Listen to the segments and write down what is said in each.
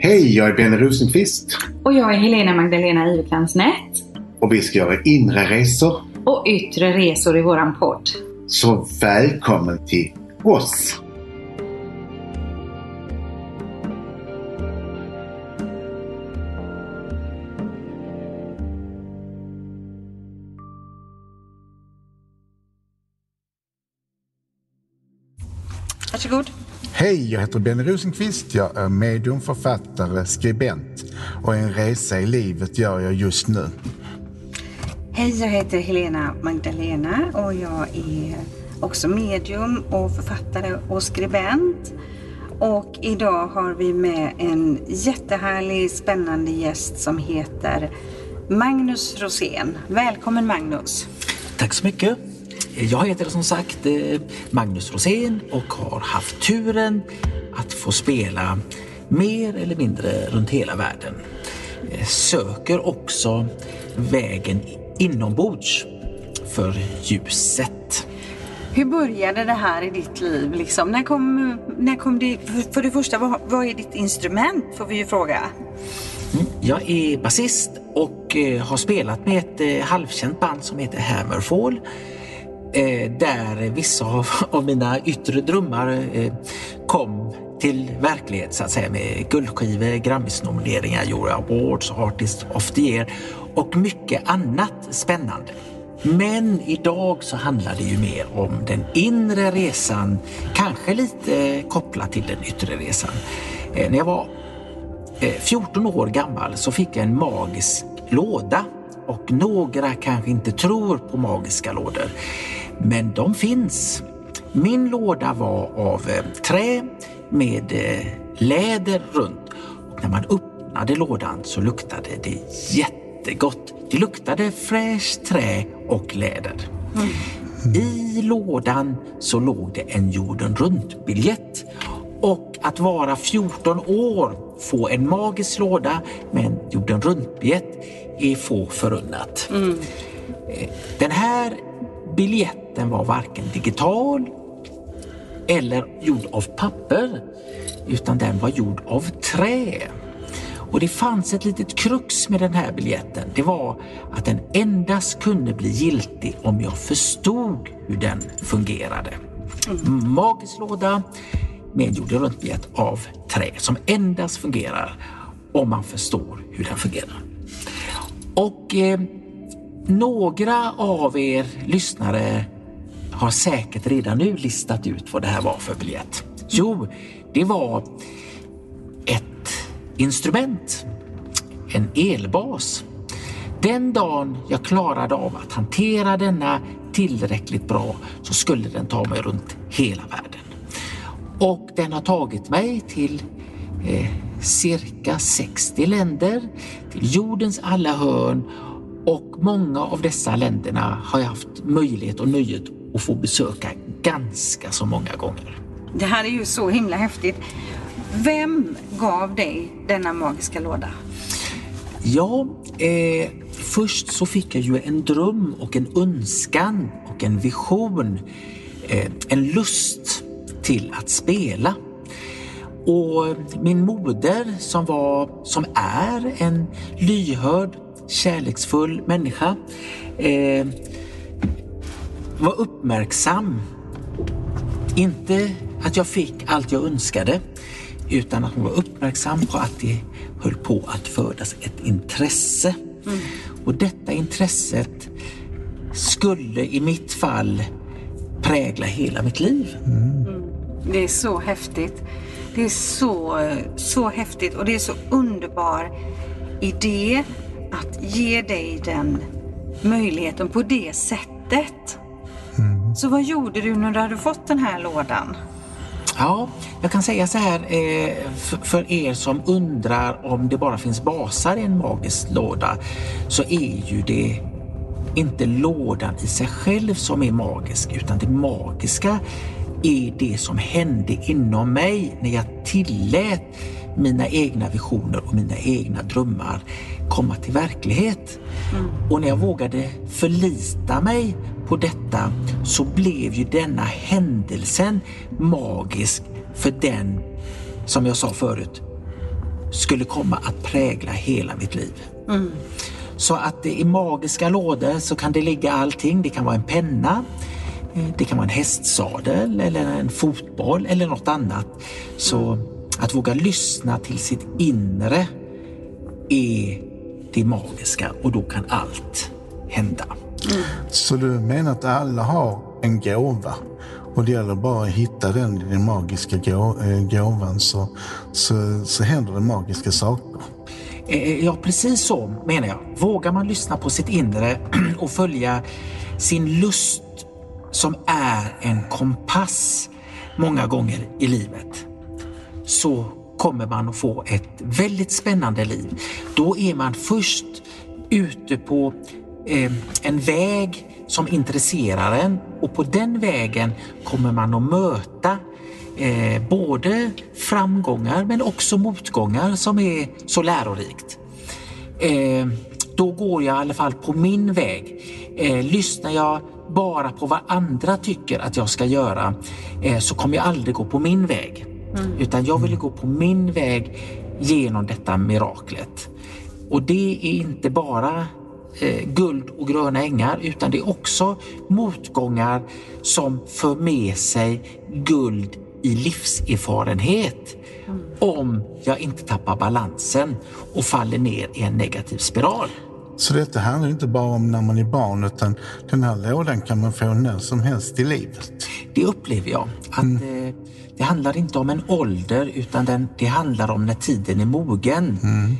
Hej, jag är Benny Rosenqvist. Och jag är Helena Magdalena Iverklansnät. Och vi ska göra inre resor. Och yttre resor i våran podd. Så välkommen till oss. Varsågod. Hej, jag heter Benny Rosenqvist. Jag är medium, författare, skribent och en resa i livet gör jag just nu. Hej, jag heter Helena Magdalena och jag är också medium och författare och skribent. Och idag har vi med en jättehärlig, spännande gäst som heter Magnus Rosén. Välkommen Magnus! Tack så mycket! Jag heter som sagt Magnus Rosén och har haft turen att få spela mer eller mindre runt hela världen. Söker också vägen inombords för ljuset. Hur började det här i ditt liv? Liksom? När kom det, för det första, vad är ditt instrument får vi ju fråga? Jag är basist och har spelat med ett halvkänt band som heter Hammerfall. Där vissa av mina yttre drömmar kom till verklighet så att säga, med guldskivor, Grammis-nomineringar, Jury Awards, Artist of the Year och mycket annat spännande. Men idag så handlar det ju mer om den inre resan, kanske lite kopplat till den yttre resan. När jag var 14 år gammal så fick jag en magisk låda, och några kanske inte tror på magiska lådor. Men de finns. Min låda var av trä med läder runt. Och när man öppnade lådan så luktade det jättegott. Det luktade fräscht trä och läder. I lådan så låg det en jorden runt-biljett. Och att vara 14 år, få en magisk låda med en jorden runt-biljett är få förunnat. Den här biljetten var varken digital eller gjord av papper, utan den var gjord av trä. Och det fanns ett litet krux med den här biljetten. Det var att den endast kunde bli giltig om jag förstod hur den fungerade. Magisk låda med en jorden runt-biljett av trä som endast fungerar om man förstår hur den fungerar. Och några av er lyssnare har säkert redan nu listat ut vad det här var för biljett. Jo, det var ett instrument, en elbas. Den dagen jag klarade av att hantera denna tillräckligt bra så skulle den ta mig runt hela världen. Och den har tagit mig till cirka 60 länder, till jordens alla hörn, och många av dessa länderna har jag haft möjlighet och nöjet att få besöka ganska så många gånger. Det här är ju så himla häftigt. Vem gav dig denna magiska låda? Ja, först så fick jag ju en dröm och en önskan och en vision, en lust till att spela. Och min moder som är en lyhörd, kärleksfull människa var uppmärksam. Inte att jag fick allt jag önskade, utan att hon var uppmärksam på att det höll på att födas ett intresse. Och detta intresset skulle i mitt fall prägla hela mitt liv. Det är så häftigt. Det är så häftigt, och det är så underbar idé att ge dig den möjligheten på det sättet. Så vad gjorde du när du hade fått den här lådan? Ja, jag kan säga så här, för er som undrar om det bara finns basar i en magisk låda, så är ju det inte lådan i sig själv som är magisk, utan det magiska är det som hände inom mig när jag tillät mina egna visioner och mina egna drömmar komma till verklighet. Och när jag vågade förlita mig på detta så blev ju denna händelsen magisk för den, som jag sa förut, skulle komma att prägla hela mitt liv. Så att i magiska lådor så kan det ligga allting. Det kan vara en penna, det kan vara en hästsadel eller en fotboll eller något annat. Så att våga lyssna till sitt inre är det magiska, och då kan allt hända. Så du menar att alla har en gåva och det gäller bara att hitta den magiska gåvan så händer det magiska saker? Ja, precis så menar jag. Vågar man lyssna på sitt inre och följa sin lust som är en kompass många gånger i livet, så kommer man att få ett väldigt spännande liv. Då är man först ute på en väg som intresserar en, och på den vägen kommer man att möta både framgångar men också motgångar som är så lärorikt. Då går jag i alla fall på min väg. Lyssnar jag bara på vad andra tycker att jag ska göra så kommer jag aldrig gå på min väg. Utan jag vill gå på min väg genom detta miraklet. Och det är inte bara guld och gröna ängar, utan det är också motgångar som för med sig guld i livserfarenhet. Om jag inte tappar balansen och faller ner i en negativ spiral. Så detta handlar inte bara om när man är barn, utan den här lådan kan man få när som helst i livet. Det upplever jag. Att det handlar inte om en ålder, utan det handlar om när tiden är mogen.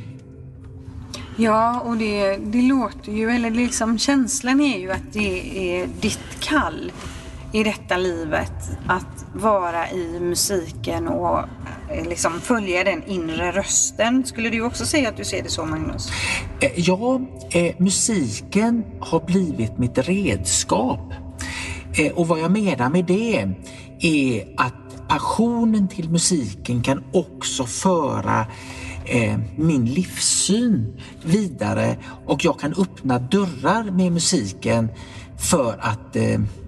Ja, och det låter ju, eller liksom känslan är ju att det är ditt kall i detta livet att vara i musiken och liksom följa den inre rösten. Skulle du också säga att du ser det så, Magnus? Ja, musiken har blivit mitt redskap. Och vad jag menar med det är att passionen till musiken kan också föra min livssyn vidare, och jag kan öppna dörrar med musiken för att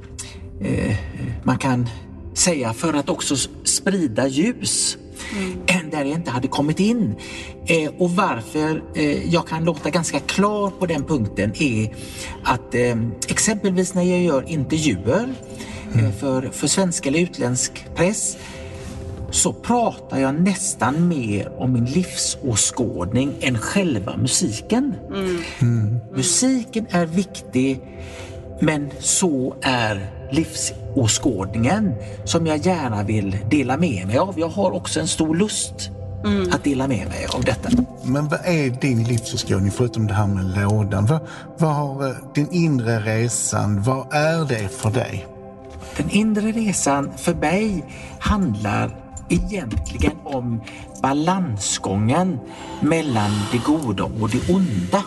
man kan säga för att också sprida ljus där jag inte hade kommit in. Och varför jag kan låta ganska klar på den punkten är att exempelvis när jag gör intervjuer för svensk eller utländsk press, så pratar jag nästan mer om min livsåskådning än själva musiken. Musiken är viktig, men så är livsåskådningen som jag gärna vill dela med mig av. Jag har också en stor lust att dela med mig av detta. Men vad är din livsåskådning förutom det här med lådan? Vad har din inre resan, vad är det för dig? Den inre resan för mig handlar egentligen om balansgången mellan det goda och det onda.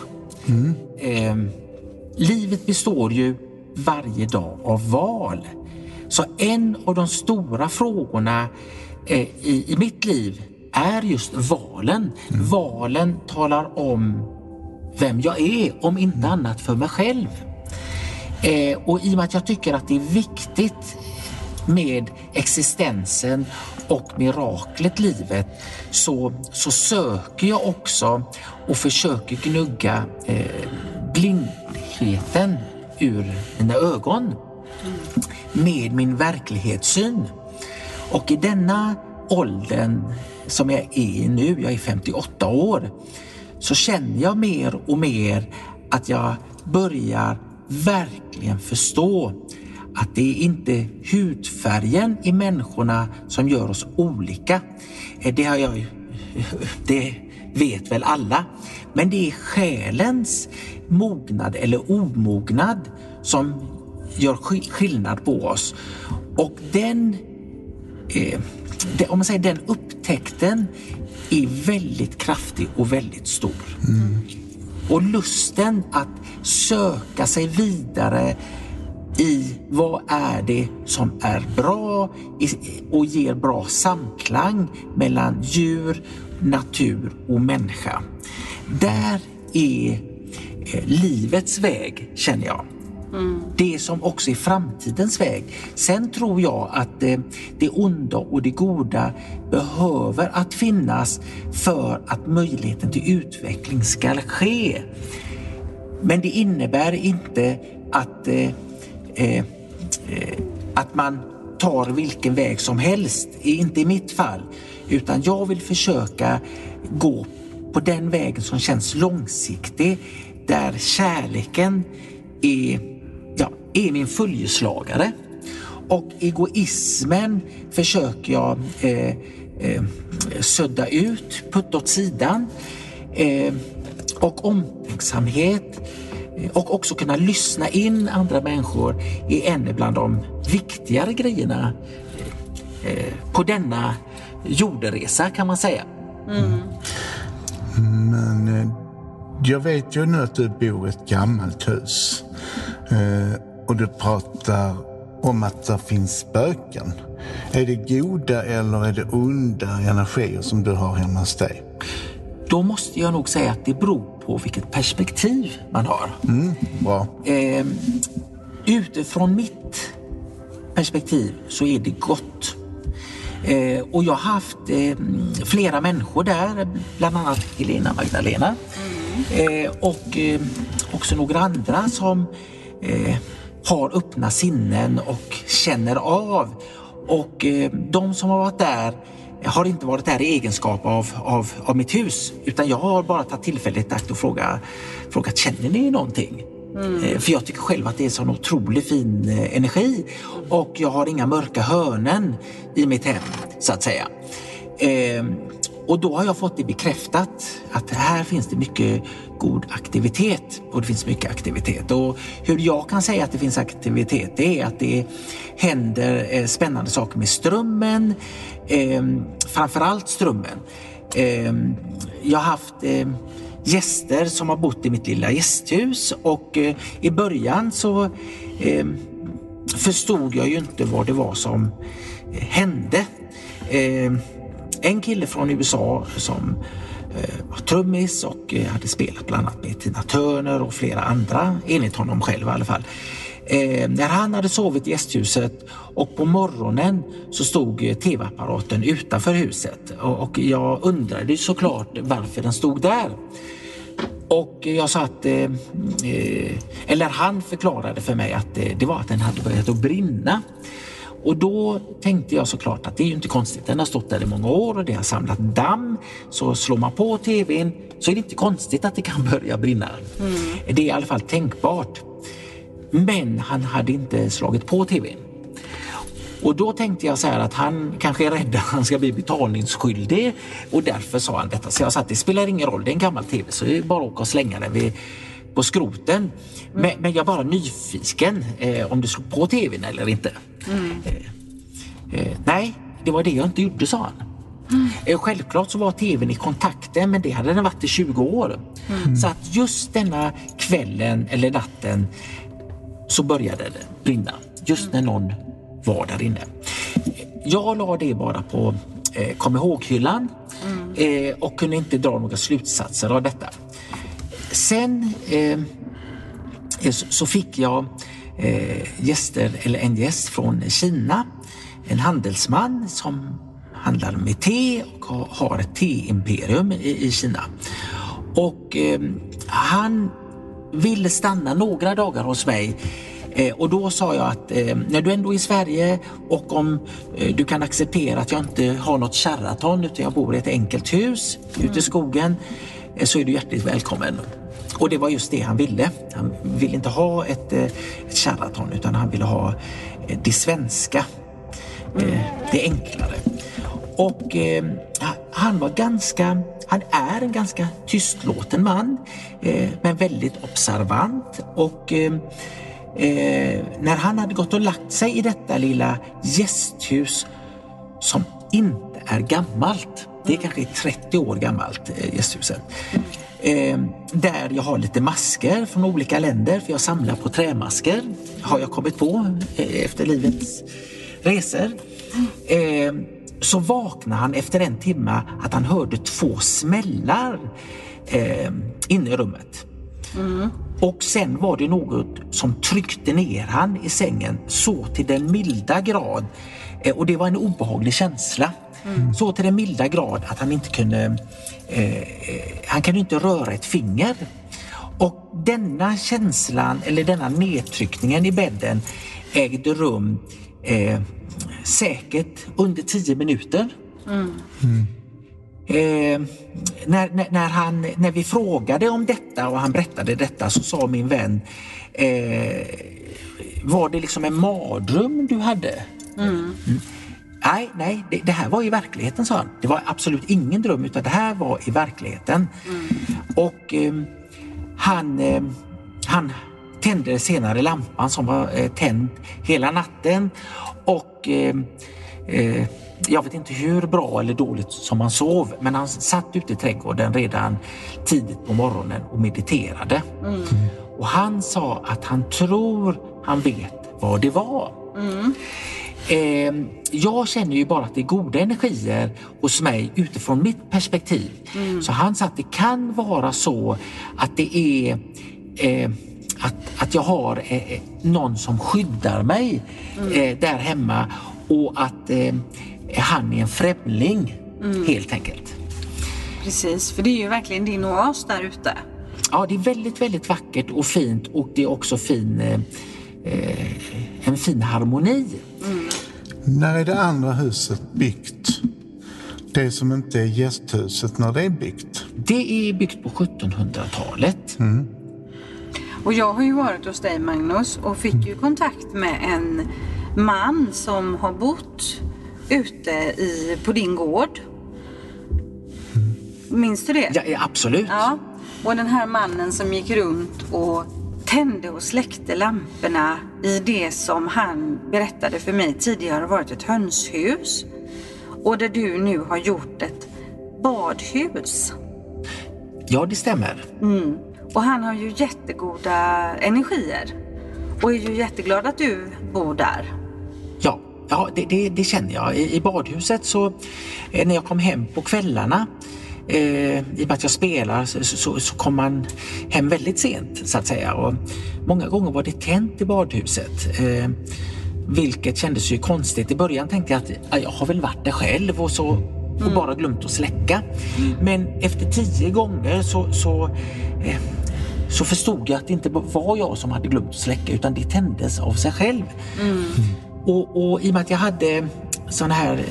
Livet består ju varje dag av val. Så en av de stora frågorna i mitt liv är just valen. Valen talar om vem jag är, om inte annat för mig själv. Och i och med att jag tycker att det är viktigt med existensen och miraklet livet, så söker jag också och försöker gnugga blindheten ur mina ögon med min verklighetssyn. Och i denna åldern som jag är i nu, jag är 58 år, så känner jag mer och mer att jag börjar verkligen förstå att det är inte hudfärgen i människorna som gör oss olika. Det vet väl alla. Men det är själens mognad eller omognad som gör skillnad på oss. Och den upptäckten är väldigt kraftig och väldigt stor. Och lusten att söka sig vidare i vad är det som är bra och ger bra samklang mellan djur, natur och människa. Där är livets väg, känner jag. Det som också är framtidens väg. Sen tror jag att det onda och det goda behöver att finnas för att möjligheten till utveckling ska ske. Men det innebär inte att man tar vilken väg som helst, inte i mitt fall. Utan jag vill försöka gå på den vägen som känns långsiktig, där kärleken är min följeslagare. Och egoismen försöker jag sudda ut, putta åt sidan. Och omtänksamhet och också kunna lyssna in andra människor är en bland de viktigare grejerna på denna jorderesa, kan man säga. Men jag vet ju nu att du bor i ett gammalt hus och du pratar om att det finns spöken. Är det goda eller är det onda energier som du har hemma hos dig? Då måste jag nog säga att det beror på vilket perspektiv man har. Bra. Utifrån mitt perspektiv så är det gott. Och jag har haft flera människor där, bland annat Helena Magdalena. Och också några andra som har öppna sinnen och känner av. Och de som har varit där har inte varit där i egenskap av mitt hus, utan jag har bara tagit tillfället att frågat, känner ni någonting? För jag tycker själv att det är så en otroligt fin energi och jag har inga mörka hörnen i mitt hem, så att säga. Och då har jag fått det bekräftat att här finns det mycket god aktivitet och det finns mycket aktivitet. Och hur jag kan säga att det finns aktivitet, det är att det händer spännande saker med strömmen, framförallt strömmen. Jag har haft gäster som har bott i mitt lilla gästhus och i början så förstod jag ju inte vad det var som hände. En kille från USA som var trummis och hade spelat bland annat med Tina Turner och flera andra, enligt honom själv i alla fall. När han hade sovit i gästhuset och på morgonen så stod tv-apparaten utanför huset och jag undrade såklart varför den stod där. Och jag sa att, eller han förklarade för mig att det var att den hade börjat att brinna. Och då tänkte jag såklart att det är ju inte konstigt, den har stått där i många år och det har samlat damm. Så slår man på tvn så är det inte konstigt att det kan börja brinna. Det är i alla fall tänkbart. Men han hade inte slagit på tvn. Och då tänkte jag så här att han kanske är rädd att han ska bli betalningsskyldig och därför sa han detta. Så jag sa att det spelar ingen roll, det är en gammal tv så det är bara att åka och slänga den på skroten. Men jag är bara nyfiken om du slog på tvn eller inte. Nej, det var det jag inte gjorde, sa han. Självklart så var tvn i kontakten, men det hade den varit i 20 år. Så att just denna kvällen eller natten så började det brinna. Just när någon var där inne. Jag la det bara på kom ihåg-hyllan och kunde inte dra några slutsatser av detta. Sen så fick jag en gäst från Kina, en handelsman som handlar med te och har ett te-imperium i Kina. Och han ville stanna några dagar hos mig. Och då sa jag att när du ändå är i Sverige och om du kan acceptera att jag inte har något Sheraton utan jag bor i ett enkelt hus ute i skogen så är du hjärtligt välkommen. Och det var just det han ville. Han ville inte ha ett Sheraton utan han ville ha det enklare. Och han är en ganska tystlåten man men väldigt observant och när han hade gått och lagt sig i detta lilla gästhus som inte är gammalt, det är kanske 30 år gammalt gästhuset, där jag har lite masker från olika länder för jag samlar på trämasker har jag kommit på efter livets resor. Så vaknade han efter en timme att han hörde 2 smällar inne i rummet. Och sen var det något som tryckte ner han i sängen så till den milda grad, och det var en obehaglig känsla. Så till den milda grad att han inte kunde han kunde inte röra ett finger. Och denna känslan eller denna nedtryckningen i bädden ägde rum säkert under 10 minuter. När vi frågade om detta och han berättade detta, så sa min vän, var det liksom en mardröm du hade? Nej, det här var i verkligheten, sa han. Det var absolut ingen dröm, utan det här var i verkligheten. Och han tände senare lampan som var tänd hela natten, och jag vet inte hur bra eller dåligt som han sov, men han satt ute i trädgården redan tidigt på morgonen och mediterade. Och han sa att han tror han vet vad det var. Jag känner ju bara att det är goda energier hos mig utifrån mitt perspektiv. Så han sa att det kan vara så att det är att jag har någon som skyddar mig där hemma, och att han är en främling helt enkelt. Precis, för det är ju verkligen din oas där ute. Ja, det är väldigt, väldigt vackert och fint, och det är också en fin harmoni. När är det andra huset byggt? Det som inte är gästhuset, när det är byggt? Det är byggt på 1700-talet. Och jag har ju varit hos dig, Magnus, och fick ju kontakt med en man som har bott ute på din gård. Minns du det? Ja, absolut. Ja, och den här mannen som gick runt och tände och släckte lamporna i det som han berättade för mig tidigare har varit ett hönshus. Och där du nu har gjort ett badhus. Ja, det stämmer. Och han har ju jättegoda energier. Och är ju jätteglad att du bor där. Ja, det känner jag. I badhuset så när jag kom hem på kvällarna, i och med att jag spelar, så kom man hem väldigt sent så att säga. Och många gånger var det tänt i badhuset. Vilket kändes ju konstigt. I början tänkte jag att jag har väl varit där själv och bara glömt att släcka. Men efter 10 gånger så förstod jag att det inte var jag som hade glömt att släcka, utan det tändes av sig själv. Och i och med att jag hade sån här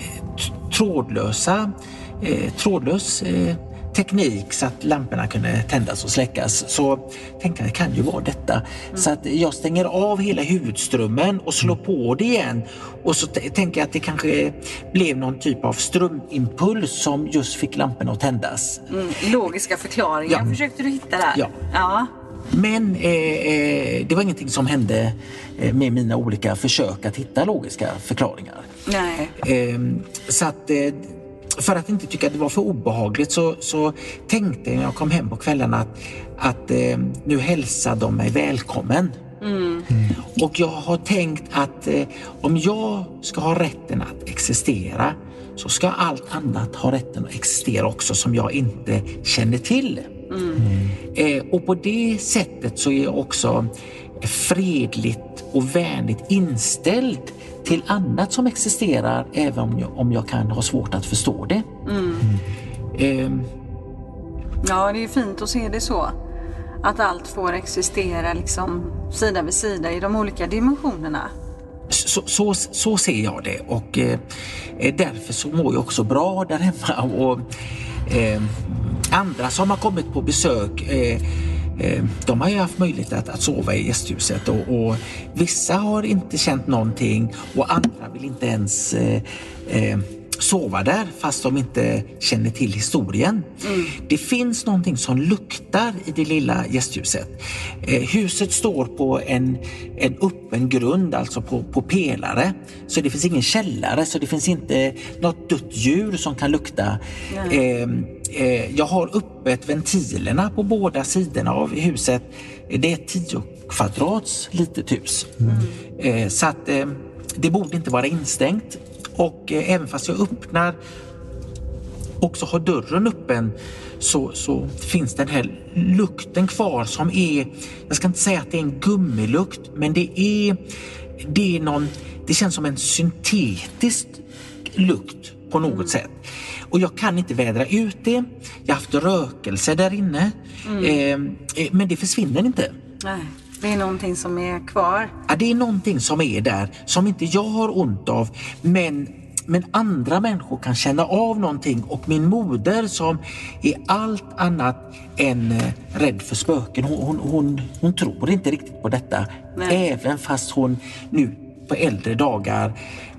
trådlös teknik så att lamporna kunde tändas och släckas, så tänkte jag det kan ju vara detta. Så att jag stänger av hela huvudströmmen och slår på det igen, och så tänker jag att det kanske blev någon typ av strömimpuls som just fick lamporna att tändas. Logiska förklaringar försökte du hitta där. Ja. Men det var ingenting som hände med mina olika försök att hitta logiska förklaringar. Nej. Så att för att inte tycka att det var för obehagligt så tänkte jag när jag kom hem på kvällarna att nu hälsar de mig välkommen. Och jag har tänkt att om jag ska ha rätten att existera, så ska allt annat ha rätten att existera också som jag inte känner till. Och på det sättet så är jag också fredligt och vänligt inställd till annat som existerar, även om jag kan ha svårt att förstå det. Ja, det är fint att se det så. Att allt får existera liksom sida vid sida i de olika dimensionerna. Så ser jag det, och därför så mår jag också bra där hemma. Och andra som har kommit på besök, de har ju haft möjlighet att sova i gästhuset, och vissa har inte känt någonting, och andra vill inte ens sova där fast de inte känner till historien. Det finns någonting som luktar i det lilla gästhuset. Huset står på en öppen grund, alltså på pelare, så det finns ingen källare, så det finns inte något dött djur som kan lukta. Jag har öppet ventilerna på båda sidorna av huset. Det är ett 10 kvadrats litet hus. Så att det borde inte vara instängt. Och även fast jag öppnar också har dörren öppen så finns den här lukten kvar som är, jag ska inte säga att det är en gummilukt, men det är någon, det känns som en syntetisk lukt på något sätt. Och jag kan inte vädra ut det. Jag har haft rökelse där inne. Men det försvinner inte. Nej, det är någonting som är kvar. Ja, det är någonting som är där som inte jag har ont av. Men andra människor kan känna av någonting. Och min moder som är allt annat än rädd för spöken. Hon tror inte riktigt på detta. Nej. Även fast hon nu på äldre dagar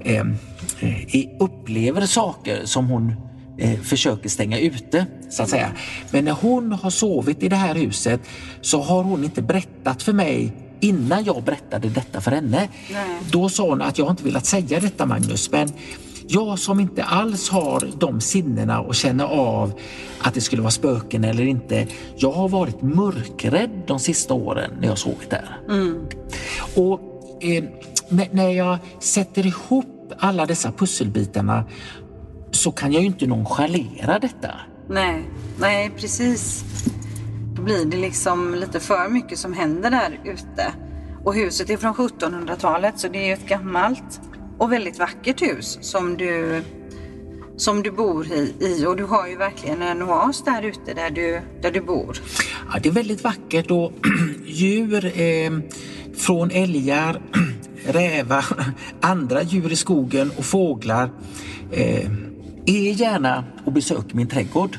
upplever saker som hon försöker stänga ute, så att säga. Men när hon har sovit i det här huset så har hon inte berättat för mig innan jag berättade detta för henne. Nej. Då sa hon att jag inte velat säga detta, Magnus, men jag som inte alls har de sinnena och känner av att det skulle vara spöken eller inte. Jag har varit mörkrädd de sista åren när jag sovit där. Och när jag sätter ihop alla dessa pusselbitarna så kan jag ju inte nonchalera detta. Nej, precis. Då blir det liksom lite för mycket som händer där ute. Och huset är från 1700-talet, så det är ett gammalt och väldigt vackert hus som du bor i. Och du har ju verkligen en oas där ute där du bor. Ja, det är väldigt vackert och djur från älgar, rävar, andra djur i skogen och fåglar är gärna och besöker min trädgård.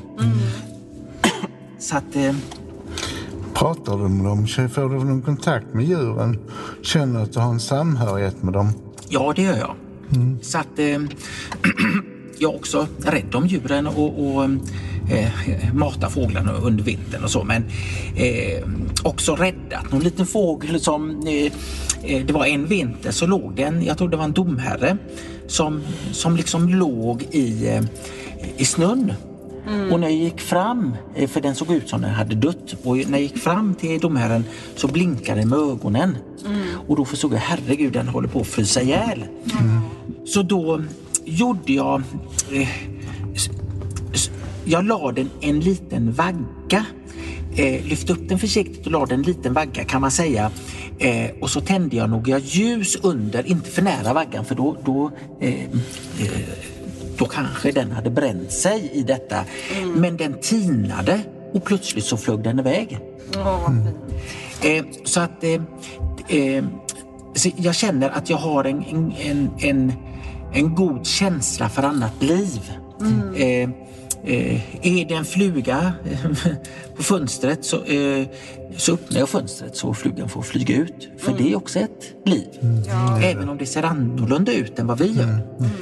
Så att... Pratar du med dem? Får du någon kontakt med djuren? Känner du att du har en samhörighet med dem? Ja, det gör jag. Så att jag är också rädd om djuren och matar fåglarna under vintern och så. Men också räddat någon liten fågel som... det var en vinter så låg den, jag tror det var en domherre som liksom låg i snön. Och när jag gick fram, för den såg ut som den hade dött, och när jag gick fram till domherren så blinkade den med ögonen. Och då förstod jag, herregud, den håller på att frysa ihjäl. Så då gjorde jag la den en liten vagga, lyfte upp den försiktigt och la den en liten vagga, kan man säga. Och så tände jag några ljus under, inte för nära vaggan, för då kanske den hade bränt sig i detta. Men den tinade och plötsligt så flög den iväg. Så att så jag känner att jag har en god känsla för annat liv. Är det en fluga på fönstret så öppnar jag fönstret så flugan får flyga ut. För det är också ett liv. Även om det ser annorlunda ut än vad vi gör.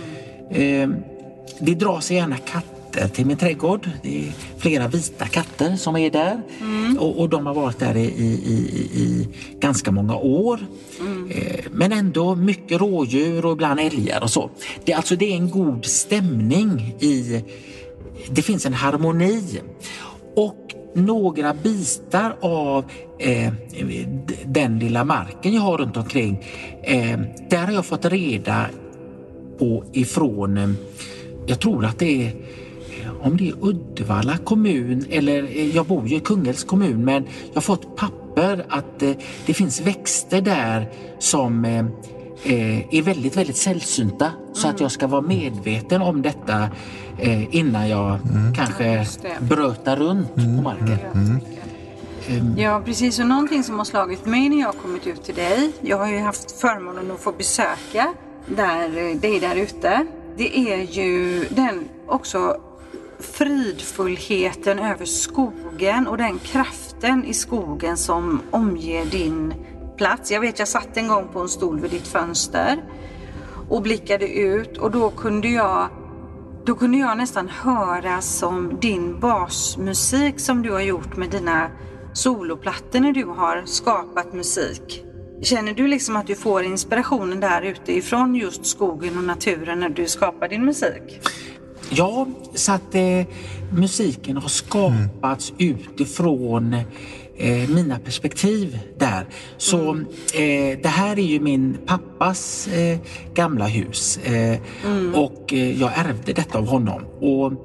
Det drar sig gärna katter till min trädgård. Det är flera vita katter som är där. Och de har varit där i ganska många år. Men ändå mycket rådjur och ibland älgar och så. Det är en god stämning det finns en harmoni. Och några bitar av den lilla marken jag har runt omkring, där har jag fått reda på ifrån, jag tror att det är, om det är Uddevalla kommun, eller jag bor ju i Kungälvs kommun, men jag har fått papper att det finns växter där som är väldigt, väldigt sällsynta, så att jag ska vara medveten om detta innan jag kanske brötar runt på marken. Ja, precis. Och någonting som har slagit mig när jag har kommit ut till dig, jag har ju haft förmånen att få besöka dig där ute. Det är ju den också fridfullheten över skogen och den kraften i skogen som omger din plats. Jag vet, jag satt en gång på en stol vid ditt fönster och blickade ut, och då kunde jag nästan höra som din basmusik som du har gjort med dina soloplattor när du har skapat musik. Känner du liksom att du får inspirationen där ute ifrån just skogen och naturen när du skapar din musik? Ja, så att musiken har skapats utifrån mina perspektiv där. Så det här är ju min pappas gamla hus och jag ärvde detta av honom. Och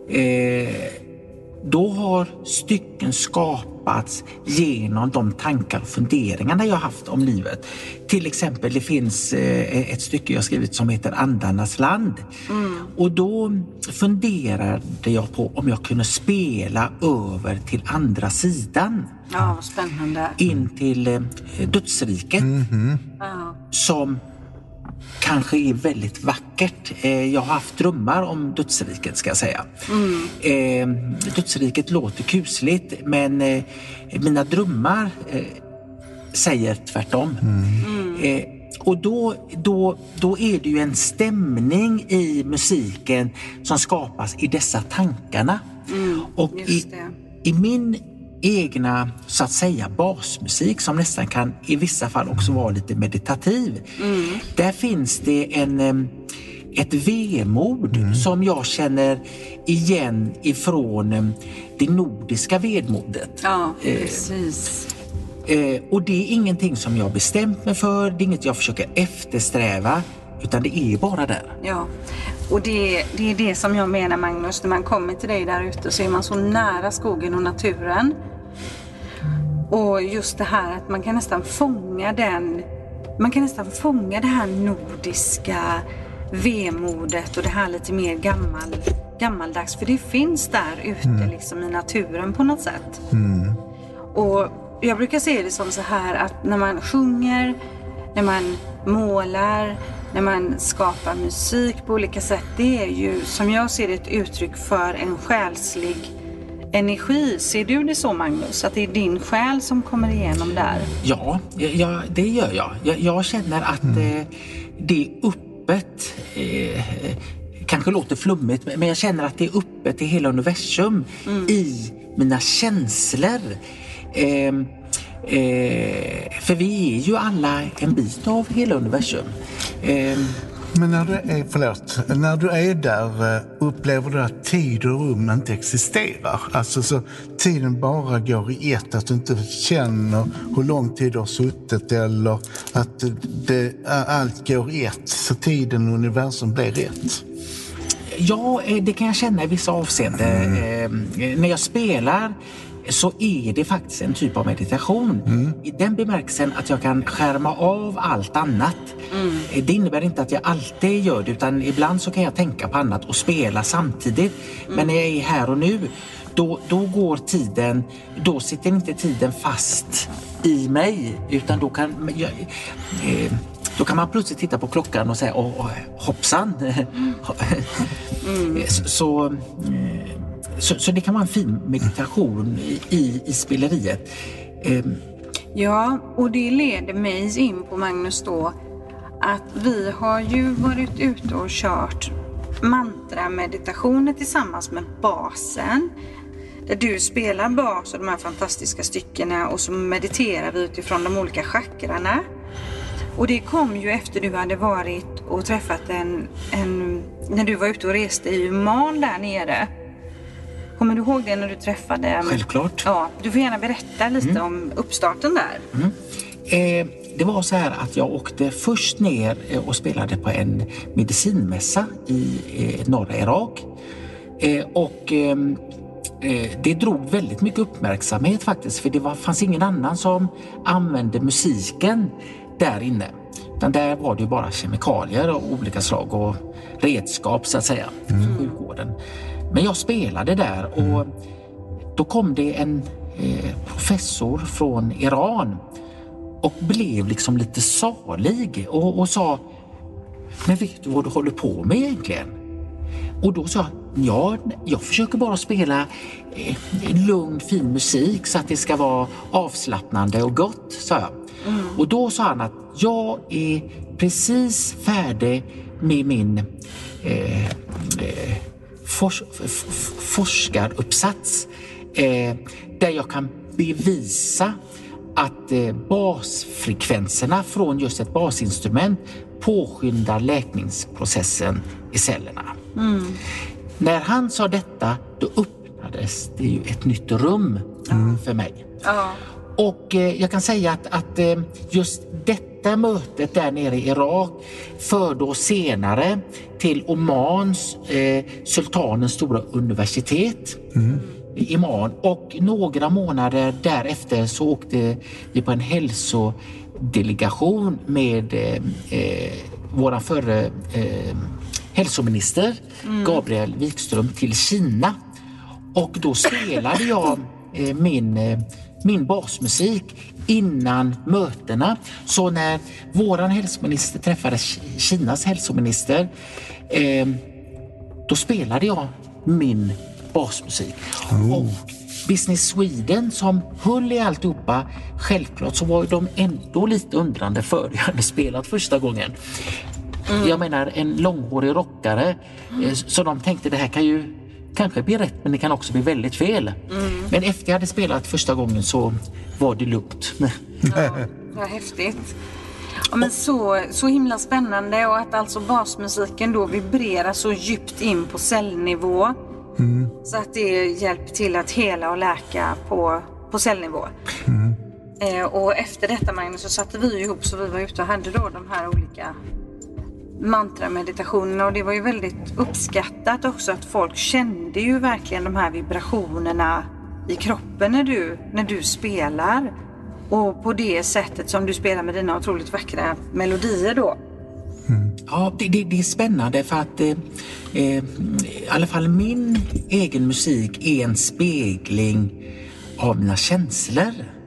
då har stycken skapats genom de tankar och funderingarna jag haft om livet. Till exempel, det finns ett stycke jag skrivit som heter Andarnas land. Och då funderade jag på om jag kunde spela över till andra sidan. Ja, vad spännande. In till dödsriket. Som kanske är väldigt vackert. Jag har haft drömmar om dödsriket, ska jag säga. Dödsriket låter kusligt, men mina drömmar säger tvärtom. Och då är det ju en stämning i musiken som skapas i dessa tankarna. Och i min egna, så att säga, basmusik, som nästan kan i vissa fall också vara lite meditativ. Där finns det ett vemod som jag känner igen ifrån det nordiska vedmodet. Ja, precis. Och det är ingenting som jag bestämt mig för, det är inget jag försöker eftersträva, utan det är bara där. Ja, och det är det som jag menar, Magnus, när man kommer till dig där ute så är man så nära skogen och naturen. Och just det här att man kan nästan fånga det här nordiska vemodet och det här lite mer gammaldags, för det finns där ute liksom i naturen på något sätt. Och jag brukar se det som så här att när man sjunger, när man målar, när man skapar musik på olika sätt, det är ju, som jag ser det, ett uttryck för en själslig energi. Ser du det så, Magnus? Att det är din själ som kommer igenom där? Ja, det gör jag. Jag känner att det är öppet. Kanske låter flummigt, men jag känner att det är öppet i hela universum i mina känslor. För vi är ju alla en bit av hela universum. Men när du är där, upplever du att tid och rum inte existerar? Alltså så tiden bara går i ett, att du inte känner hur lång tid du har suttit, eller att allt går i ett, så tiden och universum blir ett? Ja, det kan jag känna i vissa avseenden. När jag spelar så är det faktiskt en typ av meditation. I den bemärkelsen att jag kan skärma av allt annat. Det innebär inte att jag alltid gör det, utan ibland så kan jag tänka på annat och spela samtidigt. Men när jag är här och nu, då går tiden, då sitter inte tiden fast i mig, utan då kan man plötsligt titta på klockan och säga hoppsan. Så det kan vara en fin meditation i speleriet. Ja, och det leder mig in på, Magnus, då att vi har ju varit ute och kört mantra-meditationer tillsammans med basen. Där du spelar bas och de här fantastiska styckena, och så mediterar vi utifrån de olika chakrarna. Och det kom ju efter du hade varit och träffat när du var ute och reste i Oman där nere. Kommer du ihåg det när du träffade? Självklart. Ja, du får gärna berätta lite om uppstarten där. Det var så här att jag åkte först ner och spelade på en medicinmässa i norra Irak. Det drog väldigt mycket uppmärksamhet faktiskt, för det fanns ingen annan som använde musiken där inne. Utan där var det ju bara kemikalier av olika slag och redskap, så att säga, för sjukvården. Men jag spelade där, och då kom det en professor från Iran och blev liksom lite salig och sa: men vet du vad du håller på med egentligen? Och då sa jag försöker bara spela lugn, fin musik så att det ska vara avslappnande och gott, sa jag. Och då sa han att jag är precis färdig med min forskaruppsats där jag kan bevisa att basfrekvenserna från just ett basinstrument påskyndar läkningsprocessen i cellerna. När han sa detta, då öppnades det ju ett nytt rum för mig. Och jag kan säga att just detta detta mötet där nere i Irak förde oss senare till Omans, sultanens stora universitet. Iman, och några månader därefter så åkte vi på en hälsodelegation med våra förre hälsominister Gabriel Wikström till Kina, och då spelade jag min basmusik innan mötena. Så när våran hälsominister träffade Kinas hälsominister, då spelade jag min basmusik. Och Business Sweden som höll i alltihopa, självklart så var de ändå lite undrande för jag hade spelat första gången. Jag menar en långhårig rockare, så de tänkte det här kan ju kanske bli rätt, men det kan också bli väldigt fel. Men efter jag hade spelat första gången så var det lugnt. Ja, vad häftigt. Ja, men så himla spännande, och att alltså basmusiken då vibrerar så djupt in på cellnivå. Så att det hjälper till att hela och läka på cellnivå. Och efter detta, Magnus, så satte vi ihop, så vi var ute och hade då de här olika mantrameditationerna, och det var ju väldigt uppskattat också att folk kände ju verkligen de här vibrationerna i kroppen när du spelar, och på det sättet som du spelar med dina otroligt vackra melodier då. Ja, det är spännande för att i alla fall min egen musik är en spegling av mina känslor.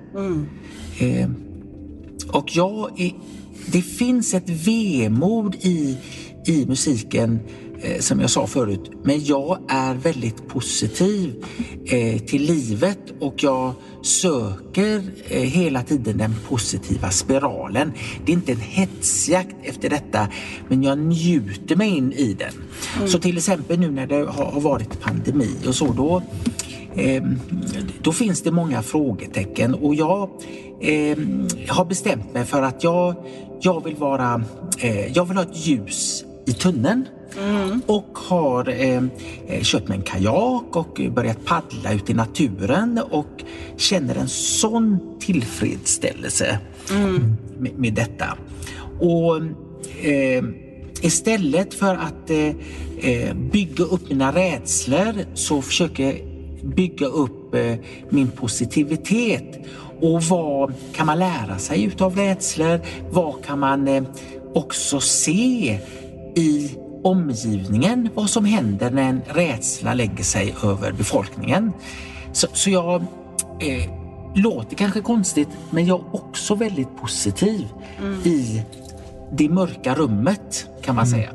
Och det finns ett vemod i musiken, som jag sa förut, men jag är väldigt positiv till livet, och jag söker hela tiden den positiva spiralen. Det är inte en hetsjakt efter detta, men jag njuter mig in i den. Så till exempel nu när det har varit pandemi och så, då finns det många frågetecken, och jag har bestämt mig för att jag vill ha ett ljus i tunneln. Och har köpt mig en kajak och börjat paddla ut i naturen, och känner en sån tillfredsställelse med detta. Och istället för att bygga upp mina rädslor, så försöker jag bygga upp min positivitet. Och vad kan man lära sig utav rädslor? Vad kan man också se i omgivningen, vad som händer när en rädsla lägger sig över befolkningen? Så jag låter kanske konstigt, men jag är också väldigt positiv i det mörka rummet, kan man säga.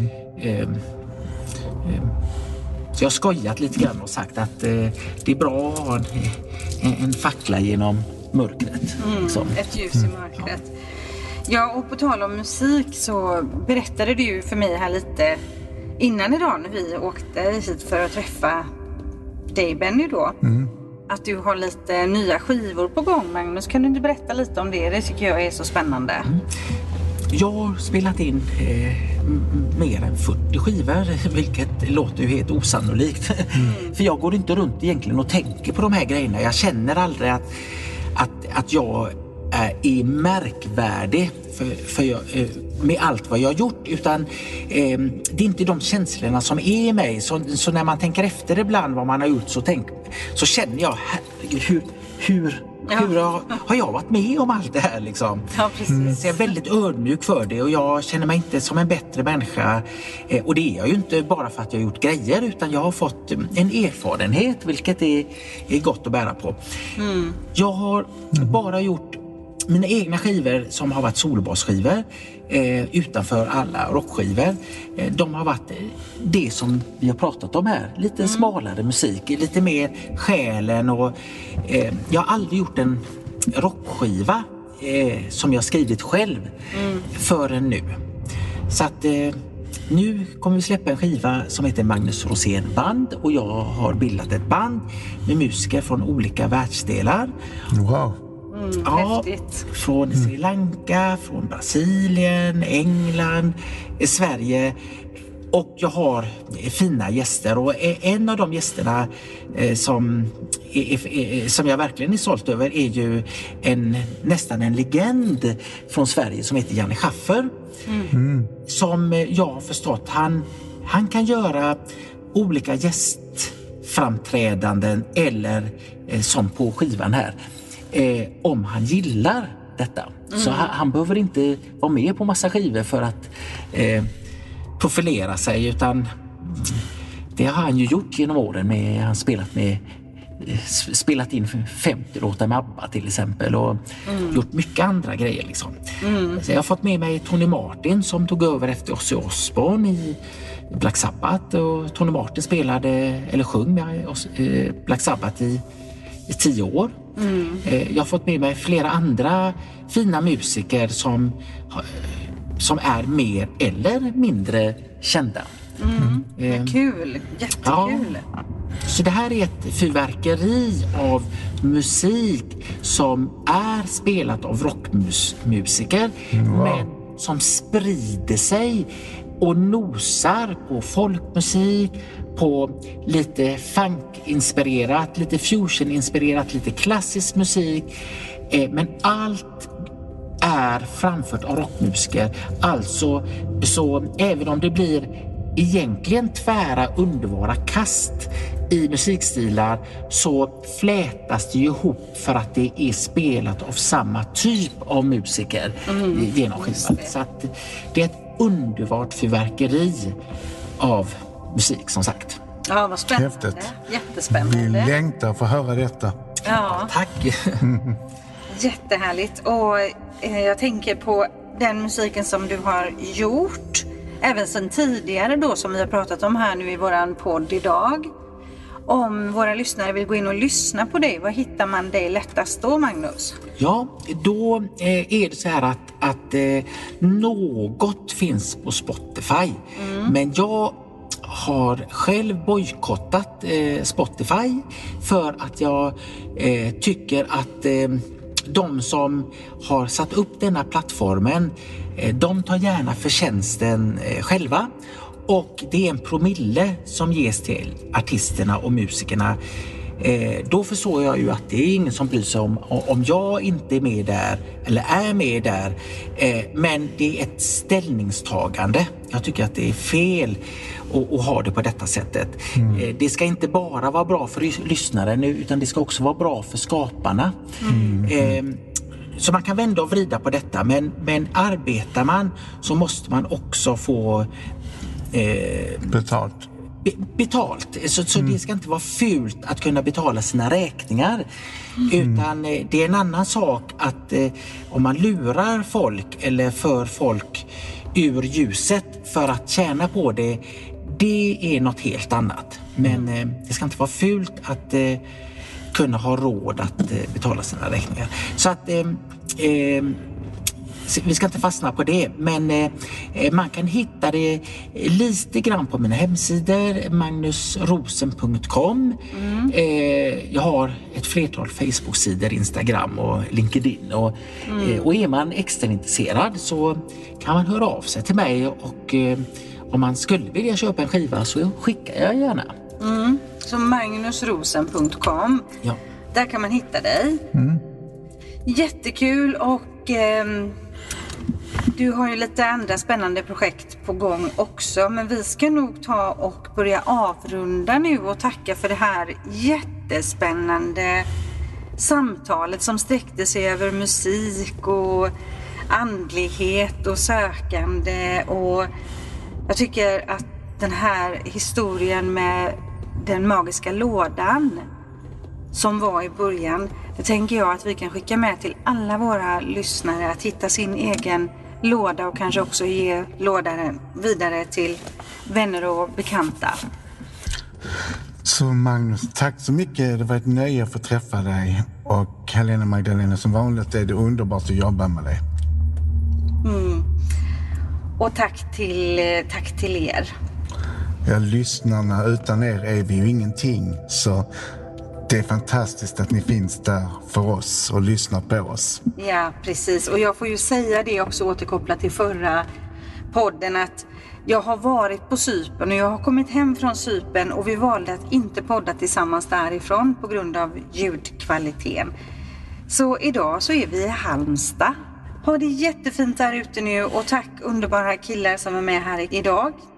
Så jag har skojat lite grann och sagt att det är bra att ha en fackla genom mörkret. Liksom. Ett ljus i mörkret. Ja, och på tal om musik så berättade du ju för mig här lite innan idag när vi åkte hit för att träffa dig, Benny, då. Att du har lite nya skivor på gång, Magnus. Kan du inte berätta lite om det? Det tycker jag är så spännande. Jag har spelat in mer än 40 skivor, vilket låter ju helt osannolikt. För jag går inte runt egentligen och tänker på de här grejerna. Jag känner aldrig att jag är märkvärdig med allt vad jag har gjort, utan det är inte de känslorna som är i mig. Så när man tänker efter ibland vad man har gjort, så känner jag, herregud, hur har jag varit med om allt det här liksom? Ja, precis. Så jag är väldigt ödmjuk för det, och jag känner mig inte som en bättre människa, och det är jag ju inte bara för att jag har gjort grejer, utan jag har fått en erfarenhet, vilket är gott att bära på. Jag har bara gjort mina egna skivor som har varit solobasskivor, utanför alla rockskivor. De har varit det som vi har pratat om här. Lite smalare musik, lite mer själen, och jag har aldrig gjort en rockskiva som jag skrivit själv förrän nu. Så att nu kommer vi släppa en skiva som heter Magnus Rosén Band, och jag har bildat ett band med musiker från olika världsdelar. Wow. Häftigt. Från Sri Lanka, från Brasilien, England, Sverige Och jag har fina gäster, och en av de gästerna som jag verkligen är stolt över är ju nästan en legend från Sverige som heter Janne Schaffer. Som jag har förstått, han kan göra olika gästframträdanden eller som på skivan här, om han gillar detta. Så han behöver inte vara med på massa skivor för att profilera sig, utan det har han ju gjort genom åren. Han har spelat in 50 låtar med ABBA till exempel, och gjort mycket andra grejer liksom. Så jag har fått med mig Tony Martin som tog över efter Ozzy Osbourne i Black Sabbath, och Tony Martin sjöng med Black Sabbath i 10 år. Jag har fått med mig flera andra fina musiker som är mer eller mindre kända. Kul, jättekul. Ja. Så det här är ett fyrverkeri av musik som är spelat av rockmusiker, men som sprider sig och nosar på folkmusik, på lite funk-inspirerat, lite fusion-inspirerat, lite klassisk musik. Men allt är framfört av rockmusiker. Alltså, så även om det blir egentligen tvära, underbara kast i musikstilar, så flätas det ihop för att det är spelat av samma typ av musiker genom skivan. Så att det är ett underbart fyrverkeri av musik, som sagt. Ja, vad spännande. Häftigt. Jättespännande. Vi längtar för att höra detta. Ja, Tack! jättehärligt. Och jag tänker på den musiken som du har gjort även sedan tidigare då, som vi har pratat om här nu i våran podd idag. Om våra lyssnare vill gå in och lyssna på dig, var hittar man dig lättast då, Magnus? Ja, då är det så här att något finns på Spotify. Men jag har själv bojkottat Spotify för att jag tycker att de som har satt upp denna plattformen, de tar gärna förtjänsten själva. Och det är en promille som ges till artisterna och musikerna. Då förstår jag ju att det är ingen som bryr sig om jag inte är med där eller är med där. Men det är ett ställningstagande. Jag tycker att det är fel att ha det på detta sättet. Det ska inte bara vara bra för lyssnaren, utan det ska också vara bra för skaparna. Så man kan vända och vrida på detta, men arbetar man så måste man också få betalt. Så det ska inte vara fult att kunna betala sina räkningar. Utan det är en annan sak att om man lurar folk eller för folk ur ljuset för att tjäna på det, det är något helt annat. Men det ska inte vara fult att kunna ha råd att betala sina räkningar. Så att vi ska inte fastna på det, men man kan hitta det lite grann på mina hemsidor, magnusrosen.com. Jag har ett flertal Facebook-sidor, Instagram och LinkedIn, och är man extra intresserad så kan man höra av sig till mig, och om man skulle vilja köpa en skiva så skickar jag gärna. Så magnusrosen.com, Ja. där kan man hitta dig. Jättekul, och du har ju lite andra spännande projekt på gång också, men vi ska nog ta och börja avrunda nu och tacka för det här jättespännande samtalet som sträckte sig över musik och andlighet och sökande. Och jag tycker att den här historien med den magiska lådan som var i början, det tänker jag att vi kan skicka med till alla våra lyssnare, att hitta sin egen låda och kanske också ge lådaren vidare till vänner och bekanta. Så Magnus, tack så mycket. Det var ett nöje att få träffa dig. Och Helena Magdalena, som vanligt är det underbart att jobba med dig. Och tack till er. Ja, lyssnarna, utan er är vi ju ingenting. Så det är fantastiskt att ni finns där för oss och lyssnar på oss. Ja, precis. Och jag får ju säga det också, återkoppla till förra podden att jag har varit på Cypern och jag har kommit hem från Cypern och vi valde att inte podda tillsammans därifrån på grund av ljudkvaliteten. Så idag så är vi i Halmstad. Ha det jättefint där ute nu och tack underbara killar som är med här idag.